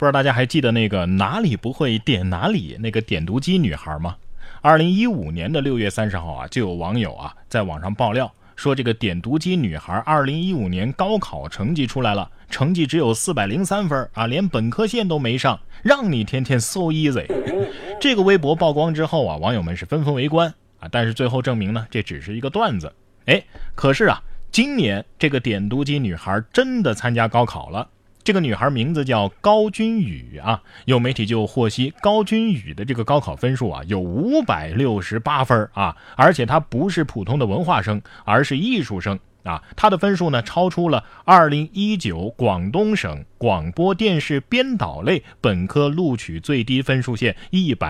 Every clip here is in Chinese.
不知道大家还记得那个哪里不会点哪里那个点读机女孩吗？2015年的6月30号啊，就有网友啊在网上爆料说，这个点读机女孩2015年高考成绩出来了，成绩只有403分啊，连本科线都没上，让你天天 so easy。这个微博曝光之后啊，网友们是纷纷围观啊，但是最后证明呢，这只是一个段子。可是啊，今年这个点读机女孩真的参加高考了。这个女孩名字叫高君宇啊，有媒体就获悉高君宇的这个高考分数啊有568分啊，而且她不是普通的文化生，而是艺术生啊。她的分数呢超出了2019广东省广播电视编导类本科录取最低分数线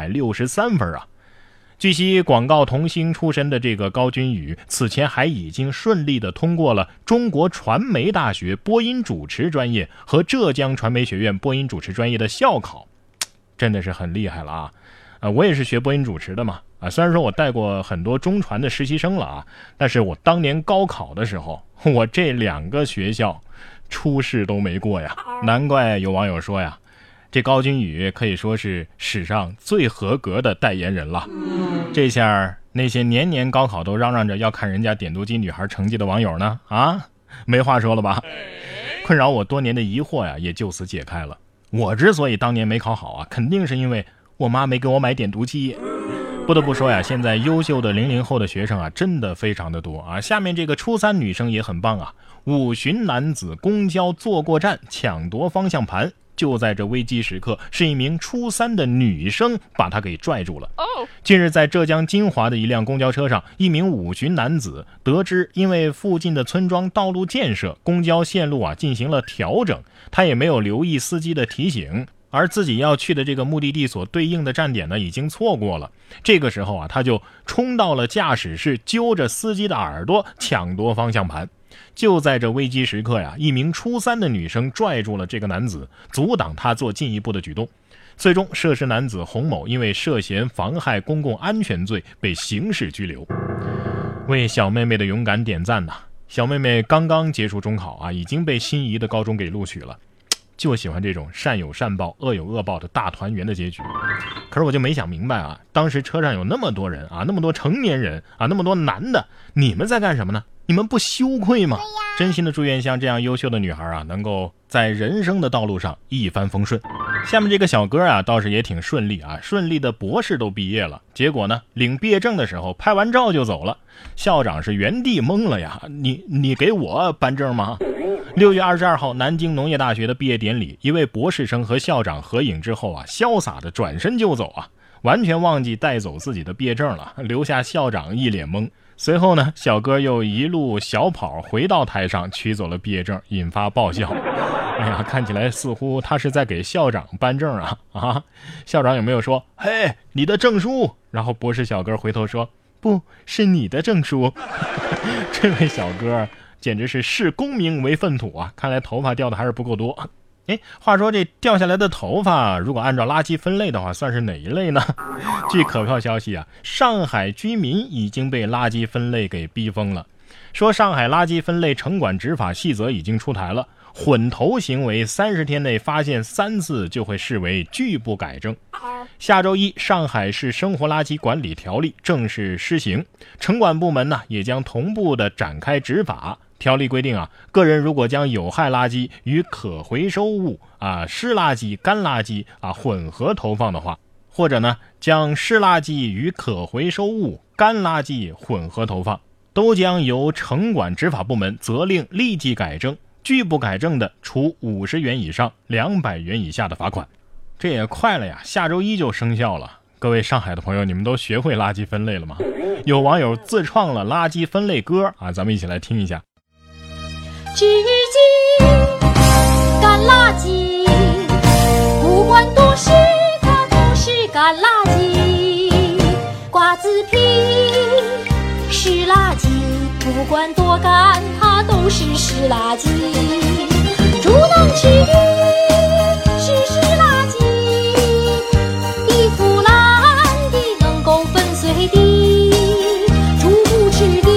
163分啊。据悉，广告童星出身的这个高君宇此前还已经顺利的通过了中国传媒大学播音主持专业和浙江传媒学院播音主持专业的校考，真的是很厉害了啊！我也是学播音主持的嘛，虽然说我带过很多中传的实习生了啊，但是我当年高考的时候，我这2个学校初试都没过呀，难怪有网友说呀，这高君宇可以说是史上最合格的代言人了。这下那些年年高考都嚷嚷着要看人家点读机女孩成绩的网友呢，没话说了吧？困扰我多年的疑惑呀，也就此解开了。我之所以当年没考好啊，肯定是因为我妈没给我买点读机。不得不说呀，现在优秀的00后的学生啊，真的非常的多啊。下面这个初3女生也很棒啊，5旬男子公交坐过站抢夺方向盘。就在这危机时刻，是一名初3的女生把他给拽住了。近日在浙江金华的一辆公交车上，一名5旬男子得知因为附近的村庄道路建设，公交线路进行了调整，他也没有留意司机的提醒，而自己要去的这个目的地所对应的站点呢，已经错过了。这个时候他就冲到了驾驶室，揪着司机的耳朵抢夺方向盘。就在这危机时刻呀，一名初3的女生拽住了这个男子，阻挡他做进一步的举动。最终涉事男子洪某因为涉嫌妨害公共安全罪被刑事拘留。为小妹妹的勇敢点赞呐！小妹妹刚刚结束中考啊，已经被心仪的高中给录取了。就喜欢这种善有善报恶有恶报的大团圆的结局。可是我就没想明白啊，当时车上有那么多人啊，那么多成年人啊，那么多男的，你们在干什么呢？你们不羞愧吗？真心的祝愿像这样优秀的女孩啊，能够在人生的道路上一帆风顺。下面这个小哥啊，倒是也挺顺利啊，顺利的博士都毕业了。结果呢，领毕业证的时候拍完照就走了，校长是原地懵了呀，你给我颁证吗？6月22号，南京农业大学的毕业典礼，一位博士生和校长合影之后啊，潇洒的转身就走啊，完全忘记带走自己的毕业证了，留下校长一脸懵。随后呢，小哥又一路小跑回到台上取走了毕业证，引发爆笑。哎呀，看起来似乎他是在给校长颁证啊！校长有没有说，嘿，你的证书？然后博士小哥回头说，不是你的证书。这位小哥简直是视功名为粪土啊！看来头发掉的还是不够多。话说这掉下来的头发，如果按照垃圾分类的话，算是哪一类呢？据可靠消息啊，上海居民已经被垃圾分类给逼疯了。说上海垃圾分类城管执法细则已经出台了，混头行为30天内发现3次就会视为拒不改正。下周一，上海市生活垃圾管理条例正式施行，城管部门呢也将同步的展开执法。条例规定啊，个人如果将有害垃圾与可回收物湿垃圾、干垃圾混合投放的话，或者呢将湿垃圾与可回收物、干垃圾混合投放，都将由城管执法部门责令立即改正，拒不改正的处50元以上200元以下的罚款。这也快了呀，下周一就生效了。各位上海的朋友，你们都学会垃圾分类了吗？有网友自创了垃圾分类歌咱们一起来听一下。 纸巾、干垃圾，不管多湿，它都是干垃圾。瓜子皮、湿垃圾，不管多干，它都是湿垃圾。猪能吃鱼，是湿垃圾。地腐烂的能够粉碎的，猪不吃的。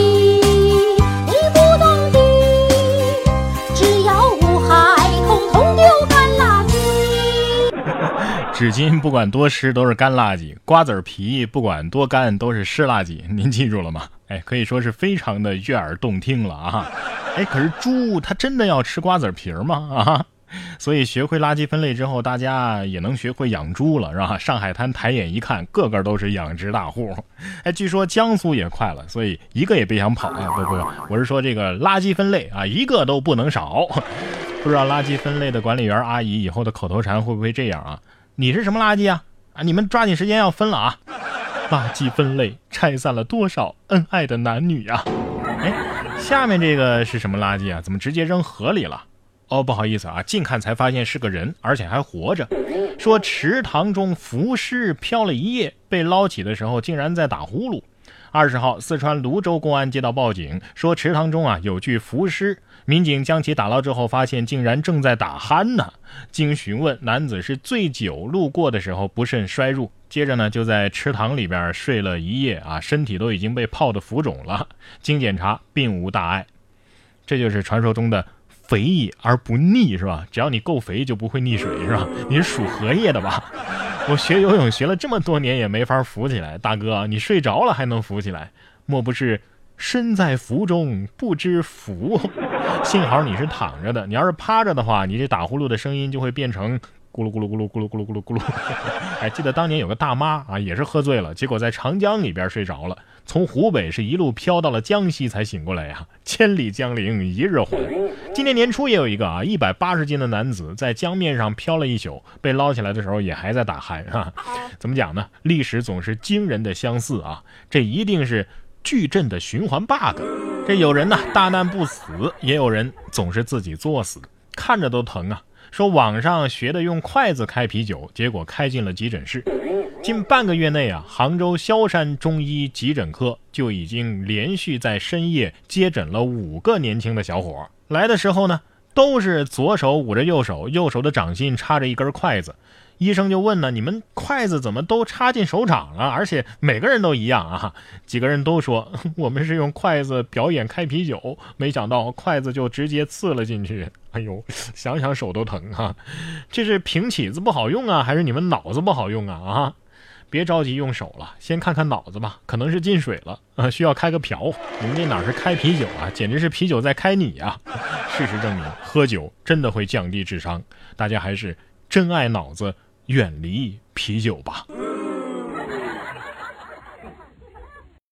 纸巾不管多湿都是干垃圾，瓜子皮不管多干都是湿垃圾，您记住了吗？可以说是非常的悦耳动听了啊。可是猪它真的要吃瓜子皮吗？所以学会垃圾分类之后，大家也能学会养猪了，是吧？上海滩抬眼一看，个个都是养殖大户。据说江苏也快了，所以一个也别想跑啊！不，我是说这个垃圾分类啊，一个都不能少。不知道垃圾分类的管理员阿姨以后的口头禅会不会这样啊？你是什么垃圾啊？你们抓紧时间要分了啊！垃圾分类拆散了多少恩爱的男女啊！下面这个是什么垃圾啊？怎么直接扔河里了？不好意思啊，近看才发现是个人，而且还活着。说池塘中浮尸漂了一夜，被捞起的时候竟然在打呼噜。20号，四川泸州公安接到报警，说池塘中有具浮尸，民警将其打捞之后，发现竟然正在打鼾呢。经询问，男子是醉酒路过的时候不慎摔入，接着呢就在池塘里边睡了一夜啊，身体都已经被泡得浮肿了。经检查并无大碍，这就是传说中的肥也而不腻，是吧？只要你够肥就不会溺水，是吧？你是属荷叶的吧？我学游泳学了这么多年也没法浮起来，大哥你睡着了还能浮起来，莫不是身在浮中不知浮？幸好你是躺着的，你要是趴着的话，你这打呼噜的声音就会变成咕噜咕噜咕噜咕噜咕噜咕噜咕噜。记得当年有个大妈啊，也是喝醉了，结果在长江里边睡着了，从湖北是一路飘到了江西才醒过来呀，千里江陵一日还。今年年初也有一个180斤的男子在江面上漂了一宿，被捞起来的时候也还在打鼾啊。怎么讲呢？历史总是惊人的相似啊，这一定是矩阵的循环 bug。这有人大难不死，也有人总是自己作死，看着都疼啊。说网上学的用筷子开啤酒，结果开进了急诊室。近半个月内杭州萧山中医急诊科就已经连续在深夜接诊了5个年轻的小伙。来的时候呢，都是左手捂着右手，右手的掌心插着一根筷子。医生就问呢，你们筷子怎么都插进手掌了？而且每个人都一样啊！几个人都说我们是用筷子表演开啤酒，没想到筷子就直接刺了进去。哎呦，想想手都疼啊！这是平起子不好用啊，还是你们脑子不好用啊？别着急用手了，先看看脑子吧，可能是进水了需要开个瓢。你们这哪是开啤酒啊，简直是啤酒在开你啊！事实证明，喝酒真的会降低智商，大家还是珍爱脑子，远离啤酒吧。